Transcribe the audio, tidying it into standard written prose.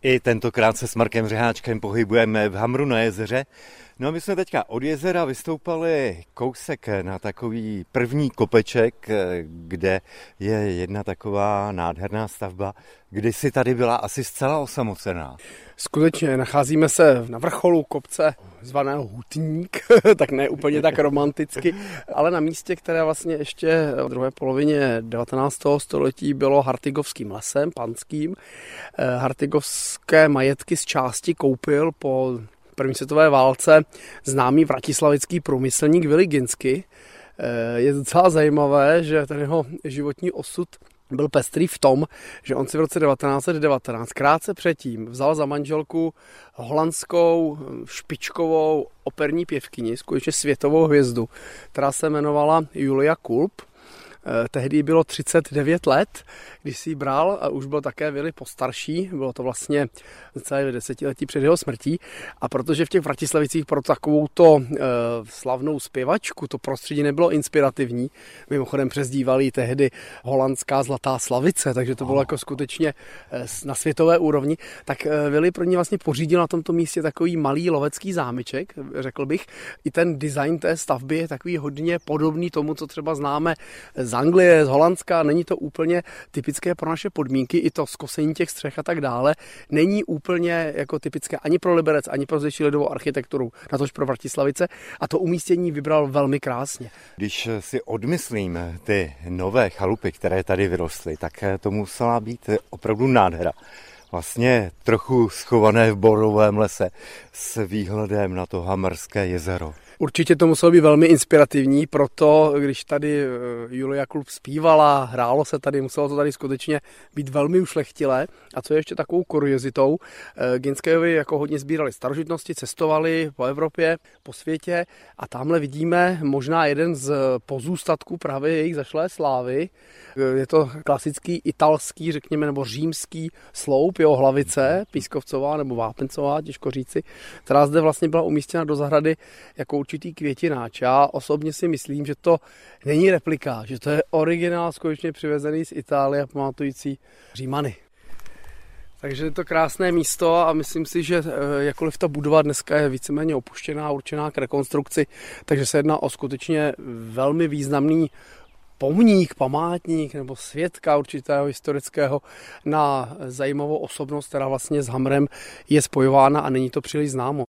I tentokrát se s Markem Řeháčkem pohybujeme v Hamru na jezeře. No a my jsme teďka od jezera vystoupali kousek na takový první kopeček, kde je jedna taková nádherná stavba. Kdysi tady byla asi zcela osamocená. Skutečně, nacházíme se na vrcholu kopce zvaného Hutník, tak ne úplně tak romanticky, ale na místě, které vlastně ještě v druhé polovině 19. století bylo Hartygovským lesem, panským. Hartygovské majetky z části koupil po první světové válce známý vratislavický průmyslník Willy Ginsky. Je docela zajímavé, že ten jeho životní osud byl pestrý v tom, že on si v roce 1919, krátce předtím, vzal za manželku holandskou špičkovou operní pěvkyni, skutečně světovou hvězdu, která se jmenovala Julia Kulp. Tehdy bylo 39 let, když si ji bral a už byl také Willy postarší, bylo to vlastně celé desetiletí před jeho smrtí a protože v těch Vratislavicích pro takovouto slavnou zpěvačku to prostředí nebylo inspirativní, mimochodem přezdívali tehdy holandská zlatá slavice, takže to bylo jako skutečně na světové úrovni, tak Willy pro ní vlastně pořídil na tomto místě takový malý lovecký zámeček, řekl bych. I ten design té stavby je takový hodně podobný tomu, co třeba známe z Anglie, z Holandska, není to úplně typické pro naše podmínky, i to skosení těch střech a tak dále, není úplně jako typické ani pro Liberec, ani pro zdejší lidovou architekturu, natož pro Vratislavice a to umístění vybral velmi krásně. Když si odmyslím ty nové chalupy, které tady vyrostly, tak to musela být opravdu nádhera. Vlastně trochu schované v borovém lese s výhledem na to Hamarské jezero. Určitě to muselo být velmi inspirativní, proto když tady Julia Kulp zpívala, hrálo se tady, muselo to tady skutečně být velmi ušlechtilé. A co je ještě takovou kuriozitou, Ginskejovi jako hodně sbírali starožitnosti, cestovali po Evropě, po světě a tamhle vidíme možná jeden z pozůstatků právě jejich zašlé slávy. Je to klasický italský, řekněme, nebo římský sloup, jeho hlavice, pískovcová nebo vápencová, těžko říci, která zde vlastně byla umístěna do zahrady jako určitý květináč. Já osobně si myslím, že to není replika, že to je originál skutečně přivezený z Itálie a pamatující Římany. Takže je to krásné místo a myslím si, že jakkoliv ta budova dneska je víceméně opuštěná, určená k rekonstrukci, takže se jedná o skutečně velmi významný pomník, památník nebo svědka určitého historického na zajímavou osobnost, která vlastně s Hamrem je spojována a není to příliš známo.